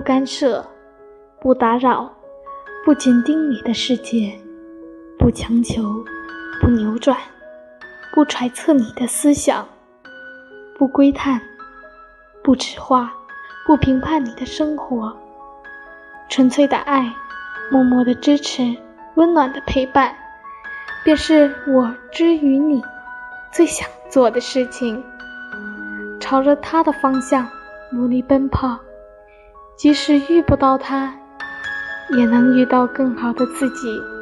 干涉，不打扰，不紧盯你的世界，不强求，不扭转，不揣测你的思想，不窥探，不指化，不评判你的生活。纯粹的爱，默默的支持，温暖的陪伴，便是我之于你最想做的事情。朝着他的方向努力奔跑，即使遇不到他，也能遇到更好的自己。